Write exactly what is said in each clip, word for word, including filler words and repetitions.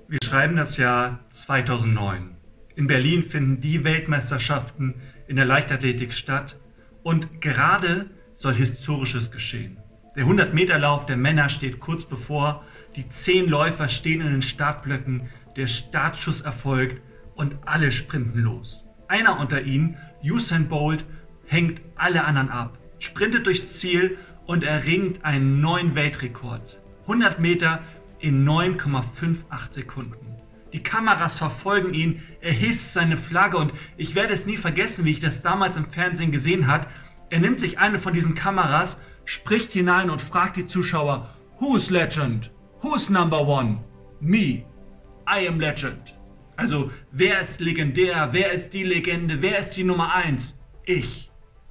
Wir schreiben das Jahr zweitausendneun. In Berlin finden die Weltmeisterschaften in der Leichtathletik statt und gerade soll Historisches geschehen. Der hundert-Meter-Lauf der Männer steht kurz bevor, die zehn Läufer stehen in den Startblöcken, der Startschuss erfolgt und alle sprinten los. Einer unter ihnen, Usain Bolt, hängt alle anderen ab, sprintet durchs Ziel und erringt einen neuen Weltrekord. hundert Meter in neun Komma achtundfünfzig Sekunden. Die Kameras verfolgen ihn, er hisst seine Flagge und ich werde es nie vergessen, wie ich das damals im Fernsehen gesehen habe. Er nimmt sich eine von diesen Kameras, spricht hinein und fragt die Zuschauer, Who's Legend? Who's Number One? Me. I am Legend. Also, wer ist legendär? Wer ist die Legende? Wer ist die Nummer eins? Ich.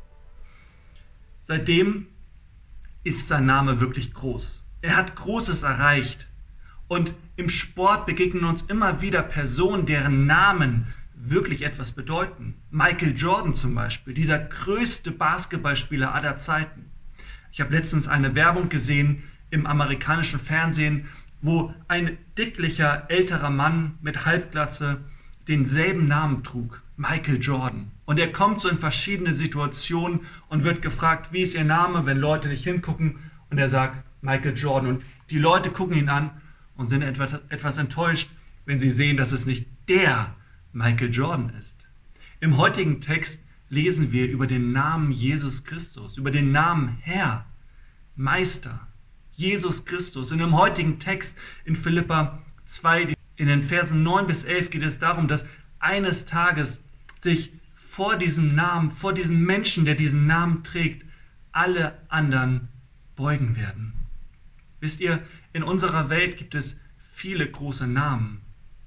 Seitdem ist sein Name wirklich groß. Er hat Großes erreicht. Und im Sport begegnen uns immer wieder Personen, deren Namen wirklich etwas bedeuten. Michael Jordan zum Beispiel, dieser größte Basketballspieler aller Zeiten. Ich habe letztens eine Werbung gesehen im amerikanischen Fernsehen, wo ein dicklicher, älterer Mann mit Halbglatze denselben Namen trug, Michael Jordan. Und er kommt so in verschiedene Situationen und wird gefragt, wie ist Ihr Name, wenn Leute nicht hingucken. Und er sagt, Michael Jordan. Und die Leute gucken ihn an und sind etwas, etwas enttäuscht, wenn sie sehen, dass es nicht der Michael Jordan ist. Im heutigen Text lesen wir über den Namen Jesus Christus, über den Namen Herr, Meister, Jesus Christus. Und im heutigen Text in Philipper zwei, in den Versen neun bis elf geht es darum, dass eines Tages sich vor diesem Namen, vor diesem Menschen, der diesen Namen trägt, alle anderen beugen werden. Wisst ihr, in unserer Welt gibt es viele große Namen.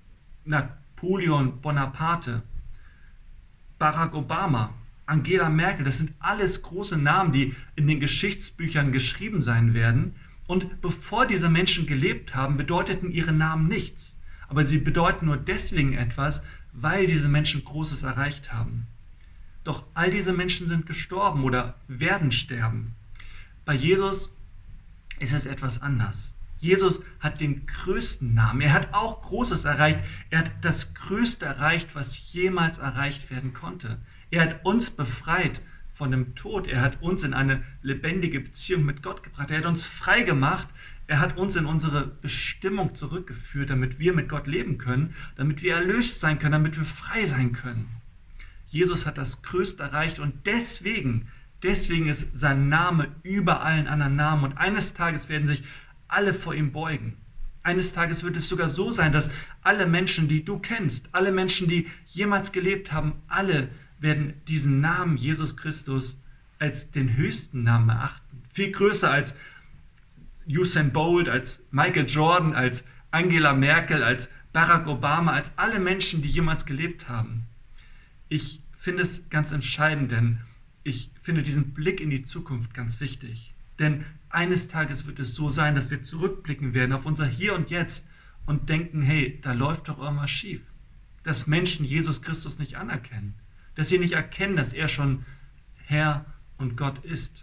Napoleon Bonaparte, Barack Obama, Angela Merkel, das sind alles große Namen, die in den Geschichtsbüchern geschrieben sein werden. Und bevor diese Menschen gelebt haben, bedeuteten ihre Namen nichts. Aber sie bedeuten nur deswegen etwas, weil diese Menschen Großes erreicht haben. Doch all diese Menschen sind gestorben oder werden sterben. Bei Jesus ist es etwas anders. Jesus hat den größten Namen. Er hat auch Großes erreicht. Er hat das Größte erreicht, was jemals erreicht werden konnte. Er hat uns befreit von dem Tod. Er hat uns in eine lebendige Beziehung mit Gott gebracht. Er hat uns frei gemacht. Er hat uns in unsere Bestimmung zurückgeführt, damit wir mit Gott leben können, damit wir erlöst sein können, damit wir frei sein können. Jesus hat das Größte erreicht und deswegen, deswegen ist sein Name über allen anderen Namen. Und eines Tages werden sich alle vor ihm beugen. Eines Tages wird es sogar so sein, dass alle Menschen, die du kennst, alle Menschen, die jemals gelebt haben, alle werden diesen Namen Jesus Christus als den höchsten Namen erachten. Viel größer als Usain Bolt, als Michael Jordan, als Angela Merkel, als Barack Obama, als alle Menschen, die jemals gelebt haben. Ich finde es ganz entscheidend, denn ich finde diesen Blick in die Zukunft ganz wichtig. Denn eines Tages wird es so sein, dass wir zurückblicken werden auf unser Hier und Jetzt und denken, hey, da läuft doch irgendwas schief. Dass Menschen Jesus Christus nicht anerkennen. Dass sie nicht erkennen, dass er schon Herr und Gott ist.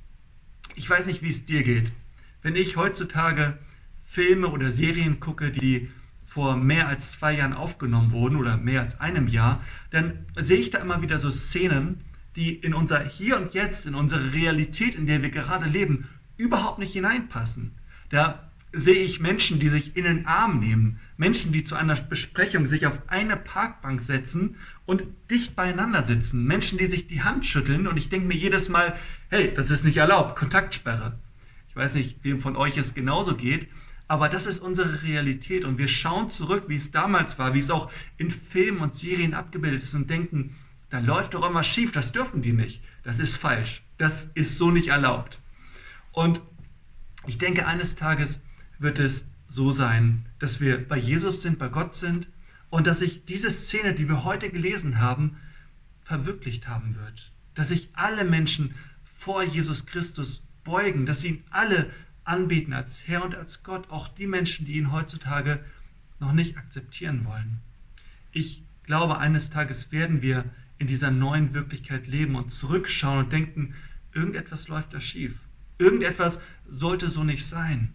Ich weiß nicht, wie es dir geht. Wenn ich heutzutage Filme oder Serien gucke, die vor mehr als zwei Jahren aufgenommen wurden oder mehr als einem Jahr, dann sehe ich da immer wieder so Szenen, die in unser Hier und Jetzt, in unsere Realität, in der wir gerade leben, überhaupt nicht hineinpassen. Da sehe ich Menschen, die sich in den Arm nehmen, Menschen, die zu einer Besprechung sich auf eine Parkbank setzen und dicht beieinander sitzen, Menschen, die sich die Hand schütteln und ich denke mir jedes Mal, hey, das ist nicht erlaubt, Kontaktsperre. Ich weiß nicht, wem von euch es genauso geht, aber das ist unsere Realität und wir schauen zurück, wie es damals war, wie es auch in Filmen und Serien abgebildet ist und denken, da läuft doch immer schief, das dürfen die nicht. Das ist falsch. Das ist so nicht erlaubt. Und ich denke, eines Tages wird es so sein, dass wir bei Jesus sind, bei Gott sind und dass sich diese Szene, die wir heute gelesen haben, verwirklicht haben wird. Dass sich alle Menschen vor Jesus Christus beugen, dass sie ihn alle anbeten als Herr und als Gott, auch die Menschen, die ihn heutzutage noch nicht akzeptieren wollen. Ich glaube, eines Tages werden wir in dieser neuen Wirklichkeit leben und zurückschauen und denken, irgendetwas läuft da schief. Irgendetwas sollte so nicht sein.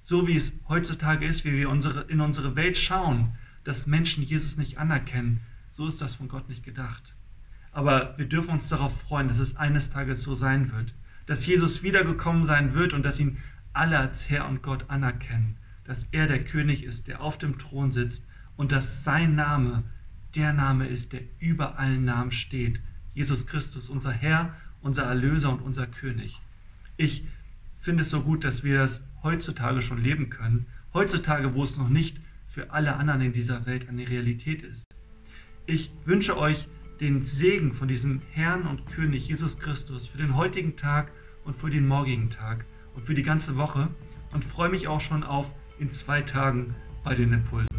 so wie es heutzutage ist, wie wir unsere, in unsere Welt schauen, dass Menschen Jesus nicht anerkennen, so ist das von Gott nicht gedacht. Aber wir dürfen uns darauf freuen, dass es eines Tages so sein wird, dass Jesus wiedergekommen sein wird und dass ihn alle als Herr und Gott anerkennen, dass er der König ist, der auf dem Thron sitzt und dass sein Name der Name ist, der über allen Namen steht. Jesus Christus, unser Herr, unser Erlöser und unser König. Ich finde es so gut, dass wir das heutzutage schon leben können, heutzutage, wo es noch nicht für alle anderen in dieser Welt eine Realität ist. Ich wünsche euch den Segen von diesem Herrn und König Jesus Christus für den heutigen Tag und für den morgigen Tag und für die ganze Woche und freue mich auch schon auf in zwei Tagen bei den Impulsen.